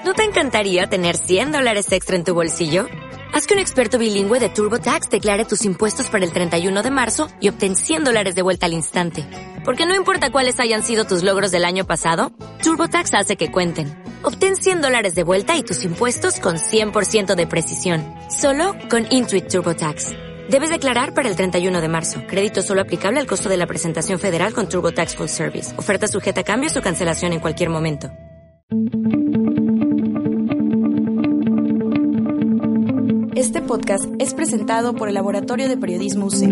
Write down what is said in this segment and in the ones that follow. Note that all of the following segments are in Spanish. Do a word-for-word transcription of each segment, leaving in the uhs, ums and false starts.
¿No te encantaría tener cien dólares extra en tu bolsillo? Haz que un experto bilingüe de TurboTax declare tus impuestos para el treinta y uno de marzo y obtén cien dólares de vuelta al instante. Porque no importa cuáles hayan sido tus logros del año pasado, TurboTax hace que cuenten. Obtén cien dólares de vuelta y tus impuestos con cien por ciento de precisión. Solo con Intuit TurboTax. Debes declarar para el treinta y uno de marzo. Crédito solo aplicable al costo de la presentación federal con TurboTax Full Service. Oferta sujeta a cambios o cancelación en cualquier momento. Este podcast es presentado por el Laboratorio de Periodismo U C.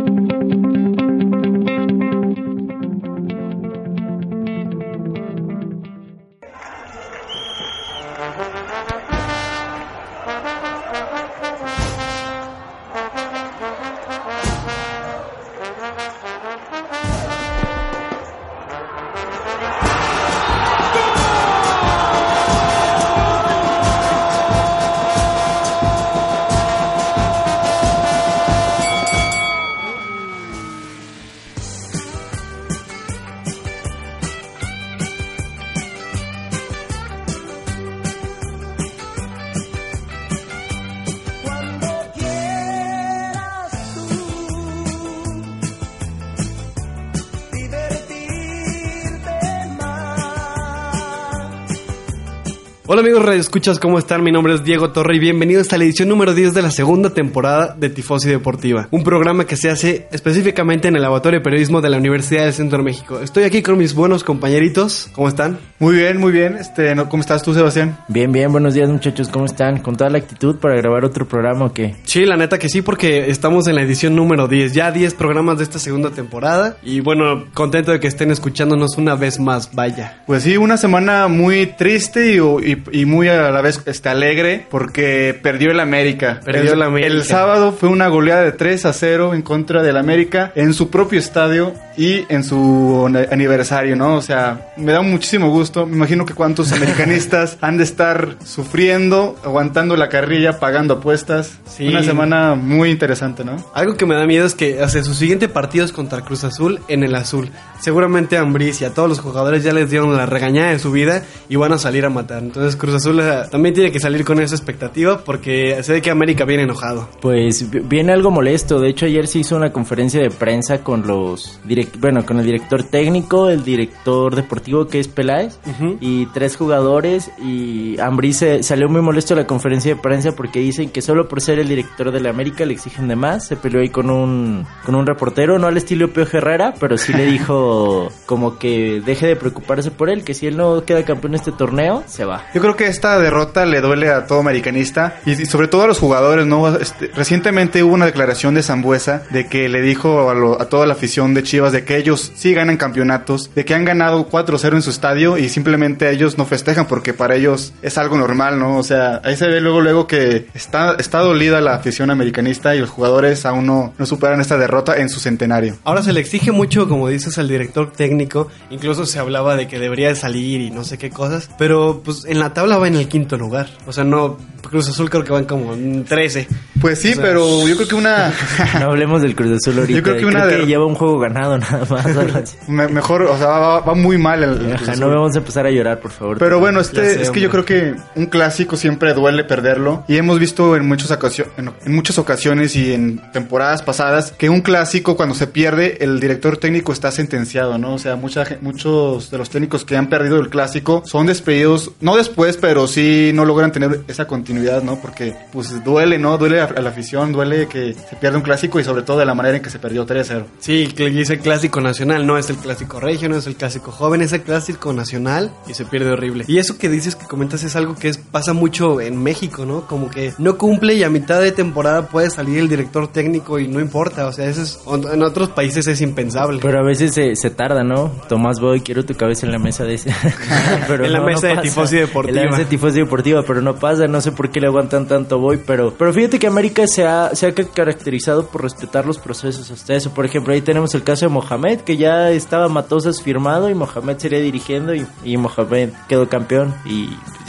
Hola amigos radioescuchas, ¿cómo están? Mi nombre es Diego Torre y bienvenidos a la edición número diez de la segunda temporada de Tifosi Deportiva, un programa que se hace específicamente en el Laboratorio de Periodismo de la Universidad del Centro de México. Estoy aquí con mis buenos compañeritos, ¿cómo están? Muy bien, muy bien. Este, ¿cómo estás tú, Sebastián? Bien, bien, buenos días muchachos, ¿cómo están? ¿Con toda la actitud para grabar otro programa o qué? Sí, la neta que sí, porque estamos en la edición número diez, ya diez programas de esta segunda temporada y bueno, contento de que estén escuchándonos una vez más, vaya. Pues sí, una semana muy triste y, y y muy a la vez este, alegre porque perdió el América. Perdió el, el América. El sábado fue una goleada de tres a cero en contra del América en su propio estadio y en su aniversario, ¿no? O sea, me da muchísimo gusto. Me imagino que cuántos americanistas han de estar sufriendo, aguantando la carrilla, pagando apuestas. Sí. Una semana muy interesante, ¿no? Algo que me da miedo es que hace su siguiente partido es contra Cruz Azul en el azul. Seguramente a Ambriz y a todos los jugadores ya les dieron la regañada de su vida y van a salir a matar. Entonces Cruz Azul también tiene que salir con esa expectativa porque se ve que América viene enojado. Pues viene algo molesto. De hecho ayer se hizo una conferencia de prensa con los direct, bueno, con el director técnico, el director deportivo que es Peláez, uh-huh. y tres jugadores, y Ambriz se, salió muy molesto de la conferencia de prensa porque dicen que solo por ser el director de la América le exigen de más. Se peleó ahí con un con un reportero, no al estilo Pío Herrera, pero sí le dijo como que deje de preocuparse por él, que si él no queda campeón en este torneo, se va. Yo creo que esta derrota le duele a todo americanista y, y sobre todo a los jugadores, ¿no? Este, recientemente hubo una declaración de Sambueza de que le dijo a, lo, a toda la afición de Chivas de que ellos sí ganan campeonatos, de que han ganado cuatro cero en su estadio y simplemente ellos no festejan porque para ellos es algo normal, ¿no? O sea, ahí se ve luego luego que está, está dolida la afición americanista y los jugadores aún no, no superan esta derrota en su centenario. Ahora se le exige mucho, como dices, al director técnico, incluso se hablaba de que debería de salir y no sé qué cosas, pero pues en la tabla va en el quinto lugar. O sea, no, Cruz Azul creo que van como trece. Pues sí, o sea, pero yo creo que una... No hablemos del Cruz Azul ahorita. Yo creo que una creo de... que lleva un juego ganado nada más. Me, mejor, o sea, va, va muy mal el, el Ajá, no vamos a empezar a llorar, por favor. Pero bueno, este sé, es hombre. que yo creo que un clásico siempre duele perderlo. Y hemos visto en, muchos ocasio- en, en muchas ocasiones y en temporadas pasadas que un clásico cuando se pierde, el director técnico está sentenciado, ¿no? O sea, mucha, muchos de los técnicos que han perdido el clásico son despedidos, no después, pero sí no logran tener esa continuidad, ¿no? Porque pues duele, ¿no? Duele a, a la afición, duele que se pierda un clásico y sobre todo de la manera en que se perdió tres cero. Sí, que es el clásico nacional, no es el clásico regio, no es el clásico joven, es el clásico nacional y se pierde horrible. Y eso que dices, que comentas, es algo que es, pasa mucho en México, ¿no? Como que no cumple y a mitad de temporada puede salir el director técnico y no importa, o sea, eso es, en otros países es impensable. Pero a veces se, se tarda, ¿no? Tomás Boy, quiero tu cabeza en la mesa de ese. Pero en la no, mesa no de Tifosi Deportiva. En la mesa de Tifosi Deportiva, pero no pasa, no sé por qué le aguantan tanto Boy, pero, pero fíjate que América se ha, se ha caracterizado por respetar los procesos hasta eso. Por ejemplo, ahí tenemos el caso de Mohamed, que ya estaba Matosas firmado y Mohamed sería dirigiendo y, y Mohamed quedó campeón y ya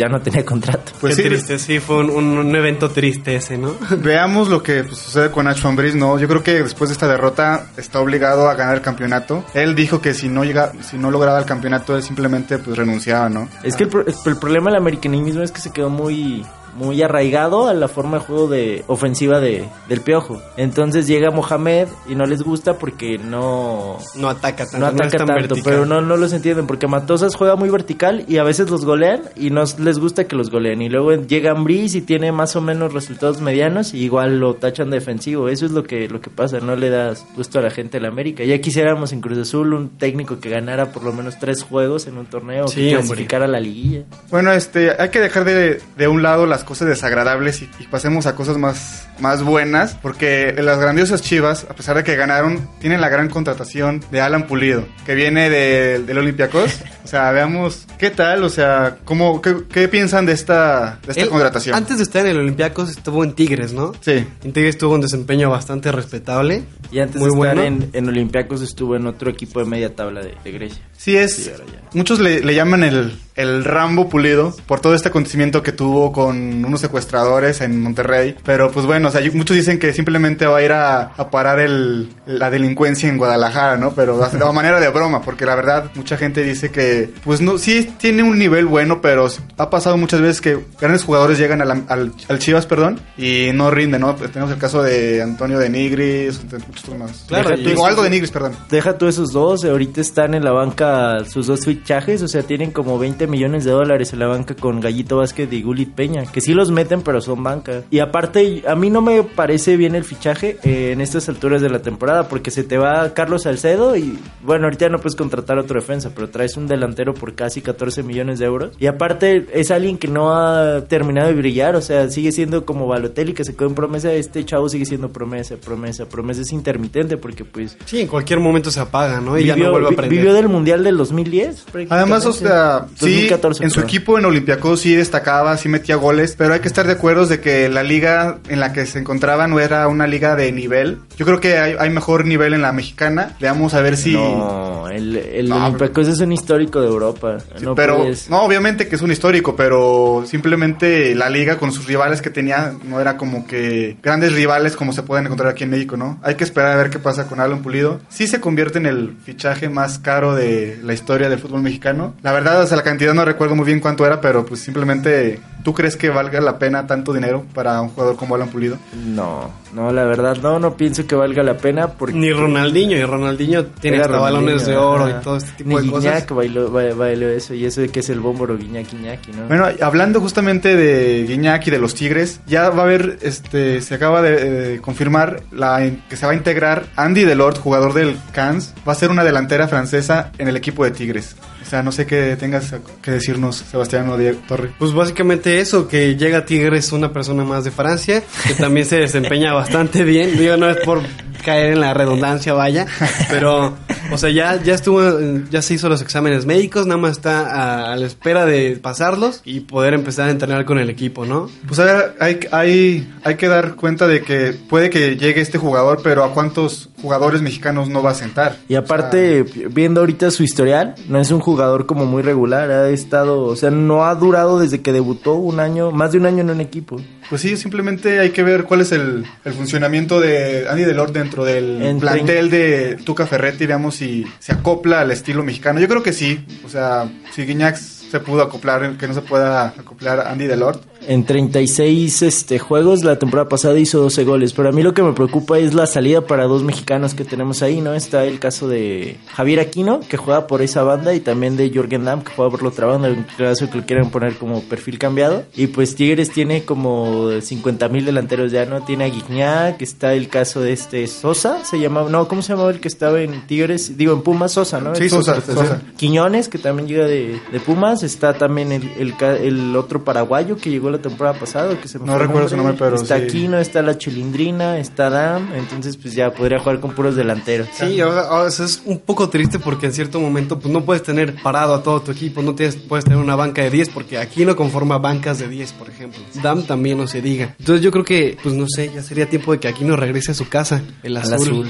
ya no tenía contrato. Pues Qué sí, triste, sí, fue un, un, un evento triste ese, ¿no? Veamos lo que pues, sucede con Nacho Ambriz, ¿no? Yo creo que después de esta derrota está obligado a ganar el campeonato. Él dijo que si no llega, si no lograba el campeonato, él simplemente pues renunciaba, ¿no? Es que el, pro- el problema del americanismo es que se quedó muy... muy arraigado a la forma de juego de ofensiva de del Piojo. Entonces llega Mohamed y no les gusta porque no no ataca tanto, no ataca no es tan tanto, vertical. pero no no los entienden porque Matosas juega muy vertical y a veces los golean y no les gusta que los goleen y luego llega Ambriz y tiene más o menos resultados medianos y igual lo tachan de defensivo. Eso es lo que lo que pasa, no le das gusto a la gente de la América. Ya quisiéramos en Cruz Azul un técnico que ganara por lo menos tres juegos en un torneo, sí, que clasificara a la liguilla. Bueno, este hay que dejar de de un lado las cosas desagradables y, y pasemos a cosas más, más buenas, porque las grandiosas Chivas, a pesar de que ganaron, tienen la gran contratación de Alan Pulido, que viene de, del Olympiacos. O sea, veamos qué tal, o sea, cómo, qué, qué piensan de esta, de esta Él, contratación. Antes de estar en el Olympiacos estuvo en Tigres, ¿no? Sí. En Tigres tuvo un desempeño bastante respetable. Y antes muy de estar bueno. en, en Olympiacos estuvo en otro equipo de media tabla de, de Grecia. Sí, es. Sí, muchos le, le llaman el, el Rambo Pulido por todo este acontecimiento que tuvo con unos secuestradores en Monterrey. Pero pues bueno, o sea, muchos dicen que simplemente va a ir a, a parar el, la delincuencia en Guadalajara, ¿no? Pero de manera de broma, porque la verdad mucha gente dice que pues no, sí tiene un nivel bueno, pero ha pasado muchas veces que grandes jugadores llegan a la, al, al Chivas, perdón, y no rinden, ¿no? Tenemos el caso de Antonio de Nigris, muchos más. Claro, o algo de Nigris, perdón. Deja tú esos dos, ahorita están en la banca sus dos fichajes, o sea, tienen como veinte millones de dólares en la banca con Gallito Vázquez y Gulit Peña, que sí los meten, pero son banca. Y aparte, a mí no me parece bien el fichaje eh, en estas alturas de la temporada, porque se te va Carlos Salcedo y, bueno, ahorita no puedes contratar otro defensa, pero traes un delantero por casi catorce millones de euros. Y aparte, es alguien que no ha terminado de brillar, o sea, sigue siendo como Balotelli, que se quedó en promesa. Este chavo sigue siendo promesa, promesa, promesa. Es intermitente, porque pues... Sí, en cualquier momento se apaga, ¿no? Y vivió, ya no vuelve a aprender. Vivió del Mundial del dos mil diez. Además, o sea, sí, en su equipo en Olympiacos sí destacaba, sí metía goles, pero hay que estar de acuerdo de que la liga en la que se encontraba no era una liga de nivel. Yo creo que hay, hay mejor nivel en la mexicana. Veamos a ver si... No, el, el no, Olympiacos es un histórico de Europa. Sí, no pero, puedes... no, obviamente que es un histórico, pero simplemente la liga con sus rivales que tenía no era como que grandes rivales como se pueden encontrar aquí en México, ¿no? Hay que esperar a ver qué pasa con Alan Pulido. Sí se convierte en el fichaje más caro de la historia del fútbol mexicano. La verdad, o sea, la cantidad no recuerdo muy bien cuánto era, pero pues simplemente, ¿tú crees que valga la pena tanto dinero para un jugador como Alan Pulido? No, no, la verdad no, no pienso que valga la pena porque... Ni Ronaldinho, y Ronaldinho tiene hasta balones de oro y todo este tipo Ni de cosas. Guiñac bailó, bailó eso, y eso de que es el bómboro Guiñac, Guiñac, ¿no? Bueno, hablando justamente de Guiñac y de los Tigres, ya va a haber, este, se acaba de eh, confirmar la, que se va a integrar Andy Delort, jugador del Cannes, va a ser una delantera francesa en el equipo de Tigres. O sea, no sé qué tengas que decirnos, Sebastián o Diego Torre. Pues básicamente eso, que llega a Tigres una persona más de Francia, que también se desempeña bastante bien. Digo, no es por caer en la redundancia, vaya, pero, o sea, ya, ya estuvo, ya se hizo los exámenes médicos, nada más está a, a la espera de pasarlos y poder empezar a entrenar con el equipo, ¿no? Pues a ver, hay, hay, hay que dar cuenta de que puede que llegue este jugador, pero ¿a cuántos jugadores mexicanos no va a sentar? Y aparte, o sea, viendo ahorita su historial, no es un jugador como muy regular, ha estado, o sea, no ha durado desde que debutó un año, más de un año en un equipo. Pues sí, simplemente hay que ver cuál es el, el funcionamiento de Andy Delort dentro del en plantel de Tuca Ferretti, veamos si se acopla al estilo mexicano. Yo creo que sí, o sea, si Guiñac se pudo acoplar, que no se pueda acoplar a Andy Delort. En treinta y seis este, juegos, la temporada pasada hizo doce goles, pero a mí lo que me preocupa es la salida para dos mexicanos que tenemos ahí, ¿no? Está el caso de Javier Aquino, que juega por esa banda, y también de Jürgen Damm, que juega por la otra banda, en caso que lo quieran poner como perfil cambiado. Y pues Tigres tiene como cincuenta mil delanteros ya, ¿no? Tiene a Guiñac, está el caso de este Sosa, se llamaba, no, ¿cómo se llamaba el que estaba en Tigres? Digo, en Pumas, Sosa, ¿no? Sí, Sosa, Sosa, Sosa. Quiñones, que también llega de, de Pumas, está también el, el, el otro paraguayo que llegó la temporada pasada, que se me no recuerdo su nombre, pero está sí. Aquino, está la Chilindrina, está Dam, entonces pues ya podría jugar con puros delanteros. Sí, ahora, o sea, es un poco triste porque en cierto momento pues no puedes tener parado a todo tu equipo, no tienes, puedes tener una banca de diez, porque Aquino conforma bancas de diez, por ejemplo. Dam también, no se diga. Entonces yo creo que, pues no sé, ya sería tiempo de que Aquino regrese a su casa, el azul. Al azul,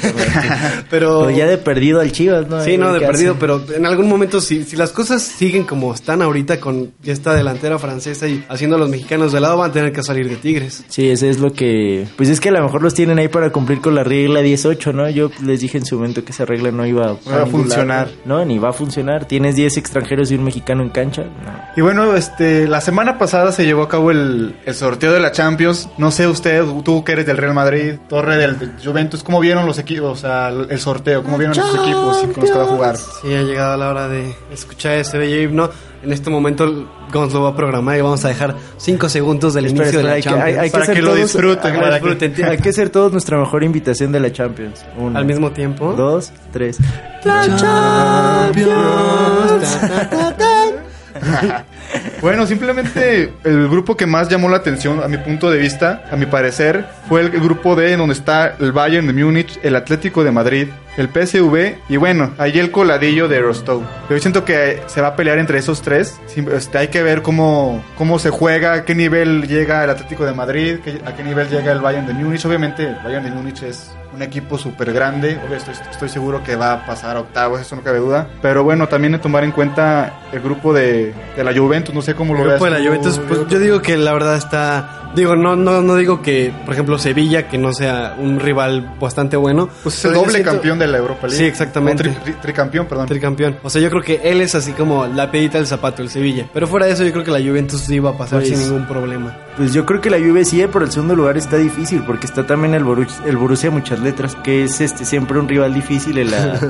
exactamente. pero... pero ya de perdido al Chivas, ¿no? Sí, no, de perdido, hacen. Pero en algún momento si, si las cosas siguen como como están ahorita con esta delantera francesa y haciendo a los mexicanos de lado, van a tener que salir de Tigres. Sí, ese es lo que... Pues es que a lo mejor los tienen ahí para cumplir con la regla dieciocho, ¿no? Yo les dije en su momento que esa regla no iba a, a funcionar. No, ni va a funcionar. Tienes diez extranjeros y un mexicano en cancha. No. Y bueno, este, la semana pasada se llevó a cabo el, el sorteo de la Champions. No sé usted, tú que eres del Real Madrid, Torre del, del Juventus, ¿cómo vieron los equipos, o sea, el sorteo? ¿Cómo vieron esos equipos y con los que va a jugar? Sí, ha llegado la hora de escuchar ese bello himno. En este momento Gonz lo va a programar y vamos a dejar cinco segundos del espera, inicio espera, de la hay Champions. Que, hay, hay para que, que todos, lo disfruten. Para disfruten. Que... Hay que ser todos nuestra mejor invitación de la Champions. Uno, al mismo tiempo. Dos, tres. La Champions. Ta, ta, ta, ta. Bueno, simplemente el grupo que más llamó la atención, a mi punto de vista, a mi parecer, fue el grupo D, donde está el Bayern de Múnich, el Atlético de Madrid, el P S V y bueno, ahí el coladillo de Rostov. Yo siento que se va a pelear entre esos tres. Este, hay que ver cómo, cómo se juega, a qué nivel llega el Atlético de Madrid, a qué nivel llega el Bayern de Múnich. Obviamente el Bayern de Múnich es un equipo súper grande, estoy, estoy seguro que va a pasar a octavos, eso no cabe duda. Pero bueno, también de tomar en cuenta el grupo de, de la Juventus, no sé cómo lo el veas. El grupo de la Juventus, pues yo digo que la verdad está... Digo, no, no, no digo que, por ejemplo, Sevilla, que no sea un rival bastante bueno. Pues es el doble siento... campeón de la Europa League. Sí, exactamente. Tri, tri, tricampeón, perdón. Tricampeón. O sea, yo creo que él es así como la pedita del zapato, el Sevilla. Pero fuera de eso, yo creo que la Juventus sí iba a pasar pues, sin ningún problema. Pues yo creo que la Juve sí, pero el segundo lugar está difícil, porque está también el Borussia, el Borussia Muchas Letras, que es este siempre un rival difícil en la...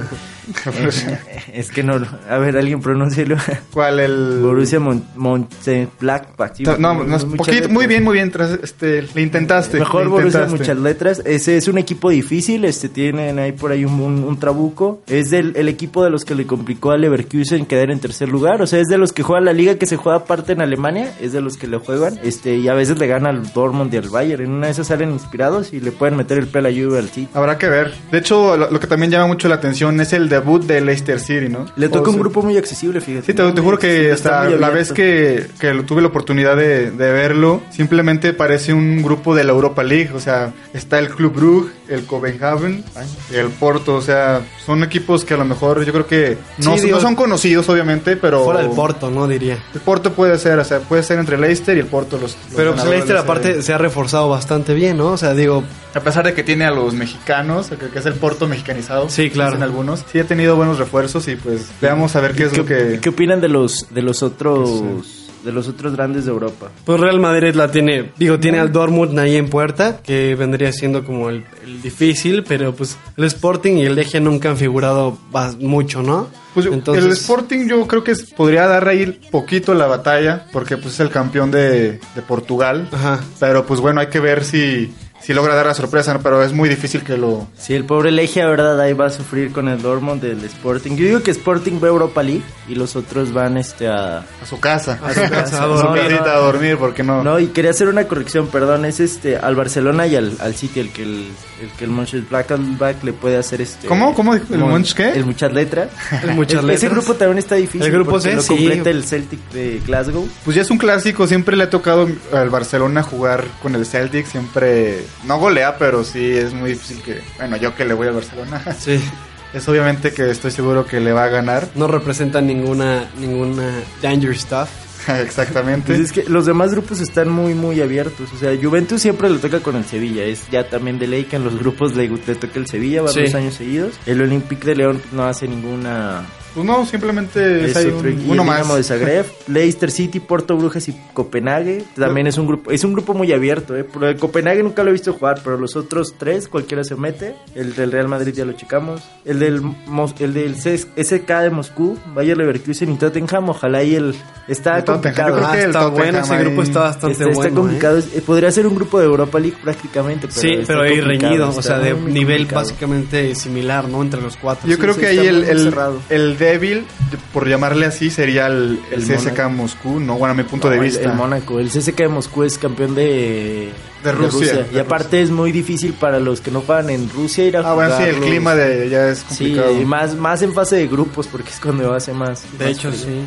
eh, es que no... A ver, alguien pronúncielo. ¿Cuál? El... Borussia Mönchengladbach. Sí, no, no, es poquito, muy bien, muy bien. Tras, este, le intentaste. Mejor le Borussia intentaste. Muchas Letras. Ese es un equipo difícil. Este tienen ahí por ahí un, un, un trabuco. Es del el equipo de los que le complicó a Leverkusen quedar en tercer lugar. O sea, es de los que juegan la liga que se juega aparte en Alemania. Es de los que le juegan. Este y a veces le gana al Dortmund y al Bayern. En una de esas salen inspirados y le pueden meter el pelo a Juve al City. Habrá que ver. De hecho, lo, lo que también llama mucho la atención es el debut de Leicester City, ¿no? Le toca o un sea, grupo muy accesible, fíjate. Sí, te, te juro que sí, hasta la vez que, que tuve la oportunidad de, de verlo, simplemente parece un grupo de la Europa League. O sea, está el Club Brugge, el Copenhagen y el Porto. O sea, son equipos que a lo mejor yo creo que no, sí, digo, no son conocidos, obviamente, pero... Fuera del Porto, ¿no? Diría. El Porto puede ser, o sea, puede ser entre Leicester y el Porto los... los pero pues Leicester aparte de... se ha reforzado bastante bien, ¿no? O sea, digo... A pesar de que tiene a los mexicanos, que es el Porto mexicanizado. Sí, claro. En algunos. Sí ha tenido buenos refuerzos y pues veamos a ver qué es ¿Qué, lo que... ¿Qué opinan de los, de los otros... Sí. de los otros grandes de Europa? Pues Real Madrid la tiene, digo, tiene al Dortmund ahí en puerta, que vendría siendo como el, el difícil, pero pues el Sporting y el Legia nunca han figurado mucho, ¿no? Pues entonces, el Sporting yo creo que podría dar ahí poquito la batalla, porque pues es el campeón de, de Portugal. Ajá. Pero pues bueno, hay que ver si... si logra dar la sorpresa, ¿no? Pero es muy difícil que lo... Sí, el pobre Legia, ¿verdad? Ahí va a sufrir con el Dortmund del Sporting. Yo digo que Sporting va a Europa League y los otros van este a... A su casa. A su casa. A no, su no, casita no. a dormir, ¿por qué no? No, y quería hacer una corrección, perdón. Es este al Barcelona y al, al City el que el, el que el Mönchengladbach le puede hacer este... ¿Cómo? ¿Cómo dijo? ¿El Mönch qué? El Muchas Letras. El Muchas Letras. Ese grupo también está difícil. El grupo porque C, lo sí. completa el Celtic de Glasgow. Pues ya es un clásico. Siempre le ha tocado al Barcelona jugar con el Celtic. Siempre... No golea, pero sí es muy difícil que... Bueno, yo que le voy al Barcelona. Sí. Es obviamente que estoy seguro que le va a ganar. No representa ninguna ninguna danger stuff. Exactamente. Pues es que los demás grupos están muy muy abiertos. O sea, Juventus siempre le toca con el Sevilla. Es ya también de ley que en los grupos le, le toca el Sevilla, va sí. dos años seguidos. El Olympique de León no hace ninguna... Pues no, simplemente es, es hay otro, un, y uno el más. Dinamo de Zagreb, Leicester City, Porto, Brujas y Copenhague. También es un grupo, es un grupo muy abierto, eh. Pero el Copenhague nunca lo he visto jugar, pero los otros tres cualquiera se mete. El del Real Madrid ya lo checamos. El del el del S K de Moscú, Bayer Leverkusen y Tottenham. Ojalá y el está el complicado. Yo creo ah, que el está bueno, ese ahí... grupo está bastante está, bueno. Está complicado. ¿eh? Podría ser un grupo de Europa League prácticamente, pero sí, pero ahí reñido, o sea, de muy nivel complicado. Básicamente similar, ¿no? Entre los cuatro. Yo Sí, creo sí, que ahí está el, muy el, cerrado. el débil, por llamarle así, sería el, el, el C S K Mónaco. Moscú, no, bueno, a mi punto No, de el- vista. El, Mónaco, el C S K de Moscú es campeón de, De Rusia, Y de aparte es muy difícil para los que no juegan en Rusia ir a Ah, jugar. bueno, sí, el clima de ya es Sí, complicado. y más, más en fase de grupos porque es cuando hace más. De más hecho, frío. sí.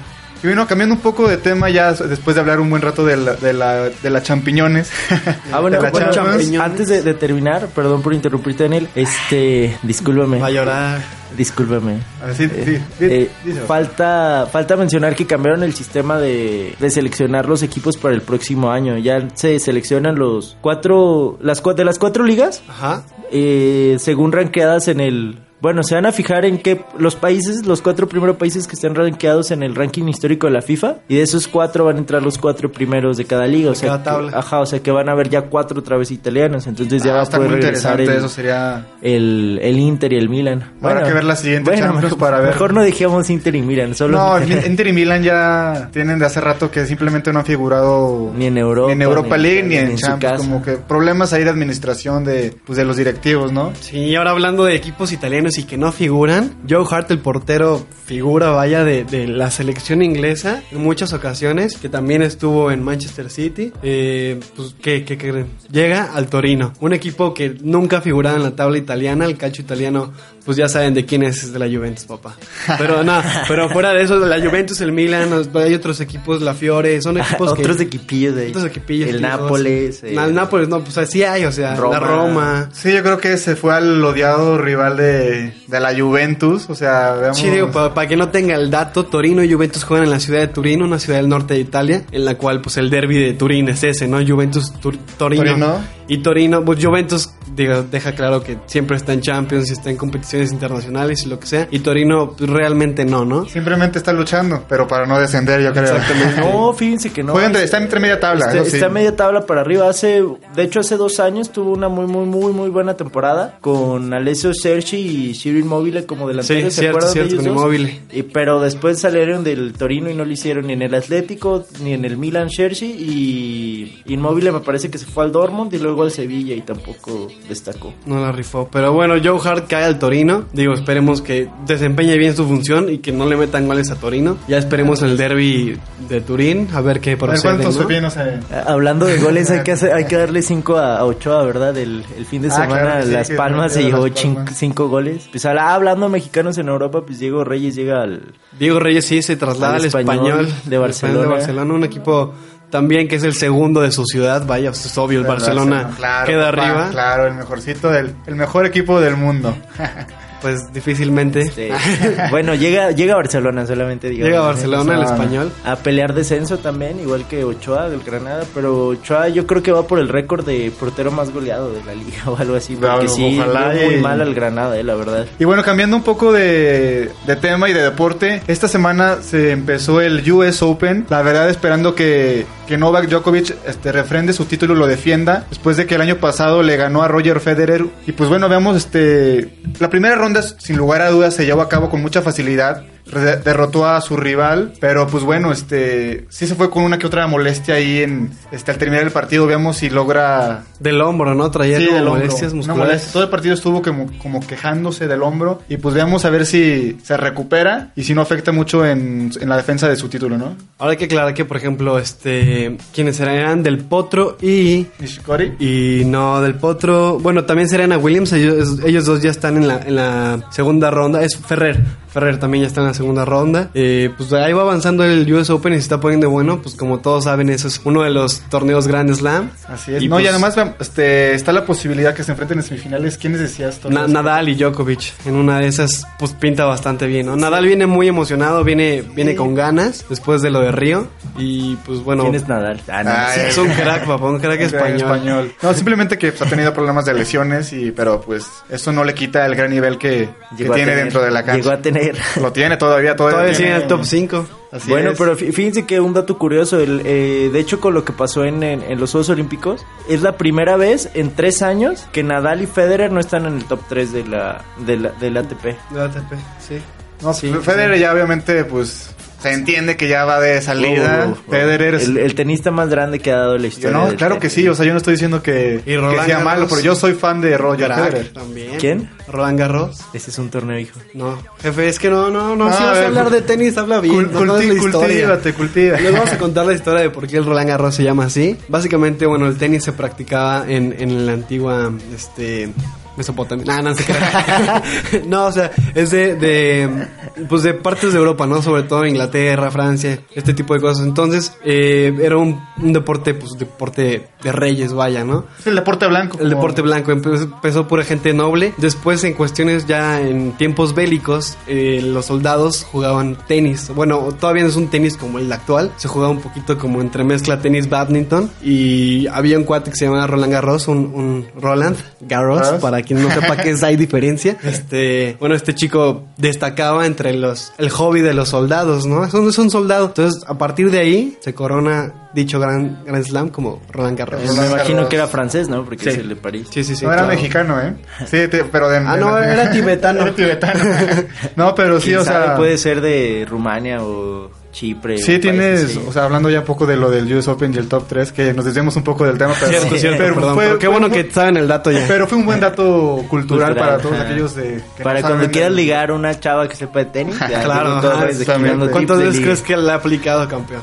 Y bueno, cambiando un poco de tema ya después de hablar un buen rato de la, de la, de la champiñones. Ah, bueno, de la bueno, Champions. antes de, de terminar, perdón por interrumpirte, Daniel, este, discúlpame. Va a llorar. Discúlpame. Así, Eh, sí, sí, eh, díselo. falta falta mencionar que cambiaron el sistema de, de seleccionar los equipos para el próximo año. Ya se seleccionan los cuatro las cua- de las cuatro ligas Ajá. eh, según rankeadas en el... Bueno, se van a fijar en qué los países, los cuatro primeros países que están rankeados en el ranking histórico de la FIFA, y de esos cuatro van a entrar los cuatro primeros de cada liga, o De sea, cada tabla. que, ajá, o sea que van a haber ya cuatro otra vez italianos, entonces ya Ah, va a está poder muy regresar interesante, el, eso sería... el, el Inter y el Milan. Habrá que ver la siguiente Champions mejor, para ver. Mejor no dejemos Inter y Milan, solo No, Inter. el Inter y Milan ya tienen de hace rato que simplemente no han figurado Ni en Europa, ni en Europa ni- League ni, ni en, en su Champions, casa. como que problemas ahí de administración de pues de los directivos, ¿no? Sí, y ahora hablando de equipos italianos y que no figuran, Joe Hart, el portero, figura, vaya, de, de la selección inglesa en muchas ocasiones, que también estuvo en Manchester City. Eh, pues, ¿qué, qué creen? Llega al Torino, un equipo que nunca ha figurado en la tabla italiana, el calcio italiano, pues ya saben de quién es, es de la Juventus, papá. Pero no, pero fuera de eso, la Juventus, el Milan, hay otros equipos, la Fiore, son equipos que... Otros equipillos de ahí. Otros equipillos. El tíos. Nápoles. eh, No, el Nápoles, no, pues así hay, o sea, Roma. la Roma. Sí, yo creo que se fue al odiado rival de, de la Juventus, o sea, veamos... Sí, digo, para, para que no tenga el dato, Torino y Juventus juegan en la ciudad de Turino, una ciudad del norte de Italia, en la cual pues el derbi de Turín es ese, ¿no? Juventus, Tur- Torino. Torino. Y Torino, pues Juventus, digo, deja claro que siempre está en Champions y está en competiciones internacionales y lo que sea, y Torino pues, realmente no, ¿no? Simplemente está luchando, pero para no descender, yo creo. Exactamente. No, fíjense que no. Juega entre- es- está entre media tabla, Está, eso sí. está media tabla para arriba. Hace, de hecho, hace dos años tuvo una muy, muy, muy, muy buena temporada con Alessio Cerci y Ciro Immobile como delanteros. Sí, ¿se cierto, acuerdan cierto, de ellos con dos? Immobile. Y, pero después salieron del Torino y no lo hicieron ni en el Atlético ni en el Milan Cerci, y Immobile me parece que se fue al Dortmund y luego al Sevilla y tampoco destacó. No la rifó. Pero bueno, Joe Hart cae al Torino. Digo, esperemos que desempeñe bien su función y que no le metan goles a Torino. Ya esperemos el derby de Turín, a ver qué A ver procede, cuántos ¿no? se viene, no sé. Ah, Hablando de goles, hay que hacer, hay que darle cinco a, a Ochoa, ¿verdad? El, el fin de Ah, semana claro que sí, Las que Palmas se metió llevó Las chin- Palmas. cinco goles. Pues habla- hablando de mexicanos en Europa, pues Diego Reyes llega al... Diego Reyes sí se traslada Al al Español español, de al Barcelona. de Barcelona, un equipo también que es el segundo de su ciudad. Vaya, pues, es obvio, el Barcelona Claro, queda papá, arriba. Claro, el mejorcito del, el mejor equipo del mundo. Pues difícilmente Este, bueno, llega llega a Barcelona, solamente digo. llega a Barcelona el no, no. español. A pelear descenso también, igual que Ochoa del Granada, pero Ochoa yo creo que va por el récord de portero más goleado de la liga o algo así, porque Claro, sí, ojalá veo muy y- mal al Granada, eh, la verdad. Y bueno, cambiando un poco de, de tema y de deporte, esta semana se empezó el U S Open. La verdad, esperando que, que Novak Djokovic este, refrende su título y lo defienda, después de que el año pasado le ganó a Roger Federer. Y pues bueno, veamos, este la primera ronda, sin lugar a dudas, se llevó a cabo con mucha facilidad. Re- derrotó a su rival, pero pues bueno, este sí se fue con una que otra molestia ahí en este al terminar el partido. Veamos si logra Del hombro, ¿no? Traía Sí, como del hombro. molestias Una musculares. molestia. Todo el partido estuvo como, como quejándose del hombro. Y pues veamos a ver si se recupera y si no afecta mucho en, en la defensa de su título, ¿no? Ahora hay que aclarar que, por ejemplo, este quienes eran Del Potro y... Nishikori. Y no, Del Potro... Bueno, también Serena Williams. Ellos, ellos dos ya están en la, en la segunda ronda. Es Ferrer. Ferrer también ya está en la segunda ronda. Eh, pues ahí va avanzando el U S Open y se está poniendo bueno. Pues como todos saben, eso es uno de los torneos Grand Slam. Así es. Y no, pues, y además este, está la posibilidad que se enfrenten en semifinales. ¿Quiénes decías? Na- Torres? Nadal y Djokovic. En una de esas, pues pinta bastante bien, ¿no? Nadal viene muy emocionado, viene, viene con ganas después de lo de Río. Y pues bueno, ¿Quién es Nadal? Ah, no, Ay, sí. es un crack, papá, un crack En español. No, simplemente que pues, ha tenido problemas de lesiones, y pero pues eso no le quita el gran nivel que, que Llegó a tiene tener- dentro de la cancha. Llegó a tener. Lo tiene todavía, todavía, Todavía sigue tiene en el top cinco. Así Bueno, es. pero fí- fíjense que un dato curioso, el, eh, de hecho con lo que pasó en, en, en los Juegos Olímpicos, es la primera vez en tres años que Nadal y Federer no están en el top tres de la, de la, del A T P. De A T P, sí. No, Sí, Federer ya obviamente pues se entiende que ya va de salida. Oh, oh, oh. Federer es... el, el tenista más grande que ha dado la Yo historia. no, del claro que tenis. sí, o sea, yo no estoy diciendo que, Y que Roland sea malo, Garros. pero yo soy fan de Roger Crack Federer. también. ¿Quién? Roland Garros. Ese es un torneo, hijo. No, jefe, es que no, no, no, No, si vas a a ver, hablar cul- de tenis, habla bien. Cul- no, no es la culti- historia. cultívate, cultiva. Les vamos a contar la historia de por qué el Roland Garros se llama así. Básicamente, bueno, el tenis se practicaba en, en la antigua, este, Mesopotamia. No, no se crea. No, o sea, es de, de, pues de partes de Europa, ¿no? Sobre todo Inglaterra, Francia, este tipo de cosas. Entonces, eh, era un, un deporte, pues, deporte de reyes, vaya, ¿no? Es el deporte blanco. El deporte blanco. Empezó, empezó pura gente noble. Después, en cuestiones ya en tiempos bélicos, eh, los soldados jugaban tenis. Bueno, todavía no es un tenis como el actual. Se jugaba un poquito como entremezcla tenis-badminton. Y había un cuate que se llamaba Roland Garros, un, un Roland Garros, ¿Garros? Para quien no sepa qué es, hay diferencia. Este, bueno, este chico destacaba entre los, el hobby de los soldados, ¿no? Es un, es un soldado. Entonces, a partir de ahí, se corona dicho Grand, Grand Slam como Roland Garros. Me Roland imagino Garros. Que era francés, ¿no? Porque sí. Es el de París. Sí, sí, sí. No, claro. Era mexicano, ¿eh? Sí, te, pero de... Ah, de, no, de, era tibetano. Era tibetano. No, pero sí, o sea... Puede ser de Rumania o... Chipre. Sí, tienes, o sea, hablando ya poco de lo del U S Open y el top tres, que nos desviamos un poco del tema, pero, cierto, cierto, pero perdón, fue, pero qué fue bueno un, que saben el dato ya. Pero fue un buen dato cultural, cultural para todos ajá. aquellos de que para no cuando quieras de... ligar una chava que sepa de tenis. Ya, claro, ajá, ¿cuántas veces crees que le ha aplicado, campeón?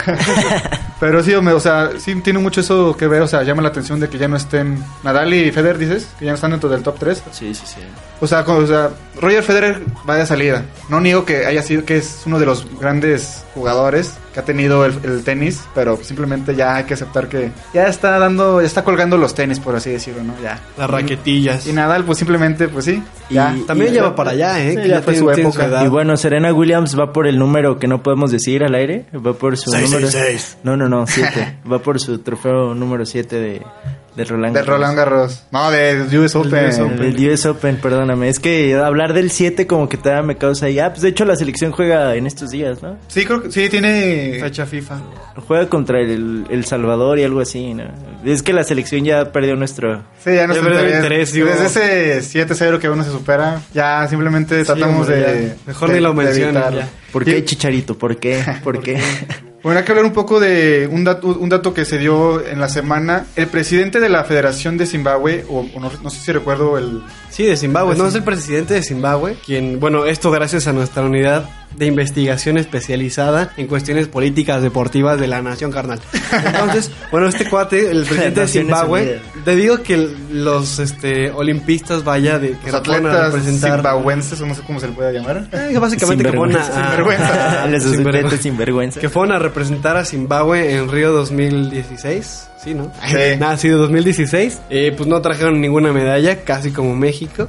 Pero sí, o sea, sí tiene mucho eso que ver, o sea, llama la atención de que ya no estén Nadal y Federer, dices, que ya no están dentro del top tres. Sí, sí, sí. O sea, o sea, Roger Federer va de salida. No niego que haya sido, que es uno de los grandes jugadores que ha tenido el, el tenis, pero simplemente ya hay que aceptar que ya está dando, ya está colgando los tenis, por así decirlo, ¿no? Ya. Las raquetillas. Y, y Nadal, pues simplemente, pues sí. Ya. Y, también y lleva para allá, ¿eh? Sí, que ya fue su época. Y bueno, Serena Williams va por el número que no podemos decir al aire. Va por su seis, número. seis, seis. No, no, no, siete. Va por su trofeo número siete de. De Roland Garros. De Roland Garros. No, de U S Open. Del U S Open. Del U S Open, perdóname. Es que hablar del siete como que todavía me causa ahí. Ah, pues de hecho la selección juega en estos días, ¿no? Sí, creo que sí, tiene fecha FIFA. Juega contra el, el Salvador y algo así, ¿no? Es que la selección ya perdió nuestro... Sí, ya no se perdió el interés. Desde ese siete cero que uno se supera, ya simplemente sí, tratamos hombre, de... Ya. Mejor de, ni lo menciones. ¿Por qué, Chicharito? ¿Por qué? ¿Por qué? Bueno, hay que hablar un poco de un dato, un dato que se dio en la semana. El presidente de la Federación de Zimbabue, o, o no, no sé si recuerdo el... Sí, de Zimbabue, no es el presidente de Zimbabue, quien, bueno, esto gracias a nuestra unidad de investigación especializada en cuestiones políticas deportivas de la nación, carnal. Entonces, bueno, este cuate, el presidente de Zimbabue, te digo que los este olimpistas, vaya, de que los atletas zimbabuenses, o no sé cómo se le puede llamar. Eh, básicamente que fueron a... Sinvergüenza. Les sinvergüenza. Sinvergüenza. Que fueron a representar a Zimbabue en Río dos mil dieciséis. Sí, ¿no? Sí. Nada, ha sido dos mil dieciséis. Eh, pues no trajeron ninguna medalla, casi como México.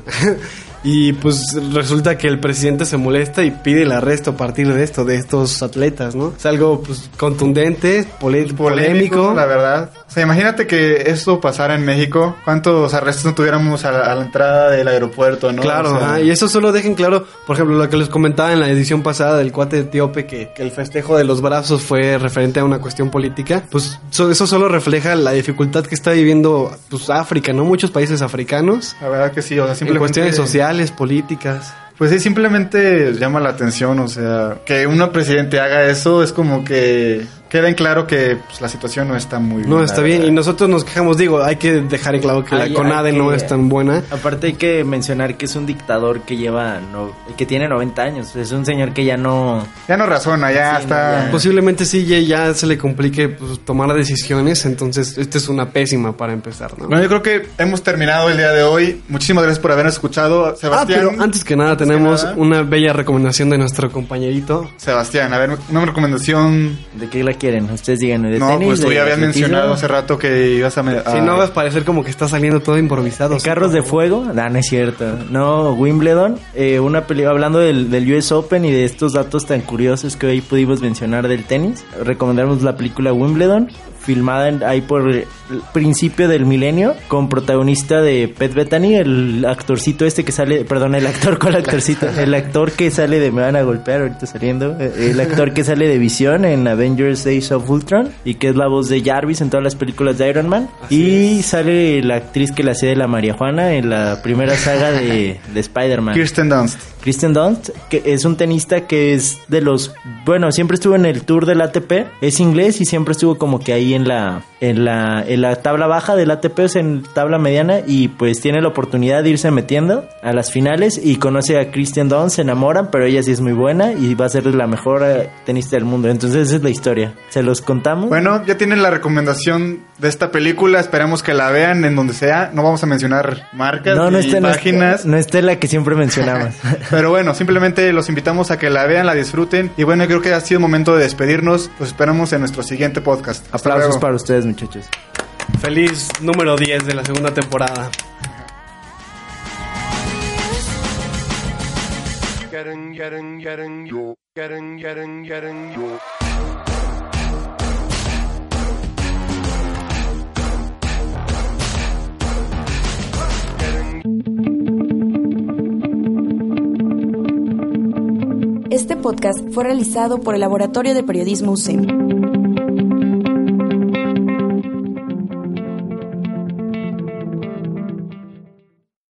Y pues resulta que el presidente se molesta y pide el arresto a partir de esto, de estos atletas, ¿no? Es algo pues contundente, pole- polémico, polémico, la verdad. O sea, imagínate que eso pasara en México, cuántos arrestos no tuviéramos a la, a la entrada del aeropuerto, ¿no? Claro, o sea, ajá, y eso solo dejen claro, por ejemplo, lo que les comentaba en la edición pasada del cuate etíope, que, que el festejo de los brazos fue referente a una cuestión política, pues so, eso solo refleja la dificultad que está viviendo pues África, ¿no? Muchos países africanos. La verdad que sí, o sea, simplemente... En cuestiones sociales, políticas. Pues sí, simplemente llama la atención, o sea, que un presidente haga eso es como que queda en claro que pues, la situación no está muy bien. No está bien, y nosotros nos quejamos, digo, hay que dejar en claro que Ay, la CONADE que, no es tan buena. Aparte hay que mencionar que es un dictador que lleva, no, que tiene noventa años, es un señor que ya no... Ya no razona, ya sí, está... No, ya. Posiblemente sí, ya, ya se le complique pues, tomar decisiones, entonces esta es una pésima para empezar, ¿no? Bueno, yo creo que hemos terminado el día de hoy. Muchísimas gracias por habernos escuchado, Sebastián. Ah, pero antes que nada tenemos que nada, una bella recomendación de nuestro compañerito. Sebastián, a ver, una recomendación... ¿De qué la quieren? Ustedes digan. ¿De no, tenis, pues tú de ya habías atletismo? mencionado hace rato que ibas a... a... Si no vas a parecer como que está saliendo todo improvisado. ¿De carros de fuego? No, no es cierto. No, Wimbledon, eh, una película hablando del, del U S Open y de estos datos tan curiosos que hoy pudimos mencionar del tenis. Recomendamos la película Wimbledon, filmada en, ahí por el principio del milenio, con protagonista de Pat Bettany, el actorcito este que sale, perdón, el actor, ¿cuál actorcito? El actor que sale de, me van a golpear ahorita saliendo, el actor que sale de Visión en Avengers Age of Ultron y que es la voz de Jarvis en todas las películas de Iron Man. Así y es. Sale la actriz que la hacía de la María Juana en la primera saga de, de Spider-Man. Kirsten Dunst. Kristen Dunst, que es un tenista que es de los... Bueno, siempre estuvo en el Tour del A T P, es inglés y siempre estuvo como que ahí en la en la, en la tabla baja del A T P, o sea, en tabla mediana, y pues tiene la oportunidad de irse metiendo a las finales y conoce a Kristen Dunst, se enamoran, pero ella sí es muy buena y va a ser la mejor tenista del mundo. Entonces esa es la historia. ¿Se los contamos? Bueno, ya tienen la recomendación de esta película, esperamos que la vean en donde sea. No vamos a mencionar marcas no, no ni esté, páginas. No esté la que siempre mencionamos. Pero bueno, simplemente los invitamos a que la vean, la disfruten. Y bueno, creo que ha sido momento de despedirnos. Los esperamos en nuestro siguiente podcast. Hasta Aplausos luego. para ustedes, muchachos. Feliz número diez de la segunda temporada. Getting, getting, getting you, getting, getting, getting you. Este podcast fue realizado por el Laboratorio de Periodismo U C E M.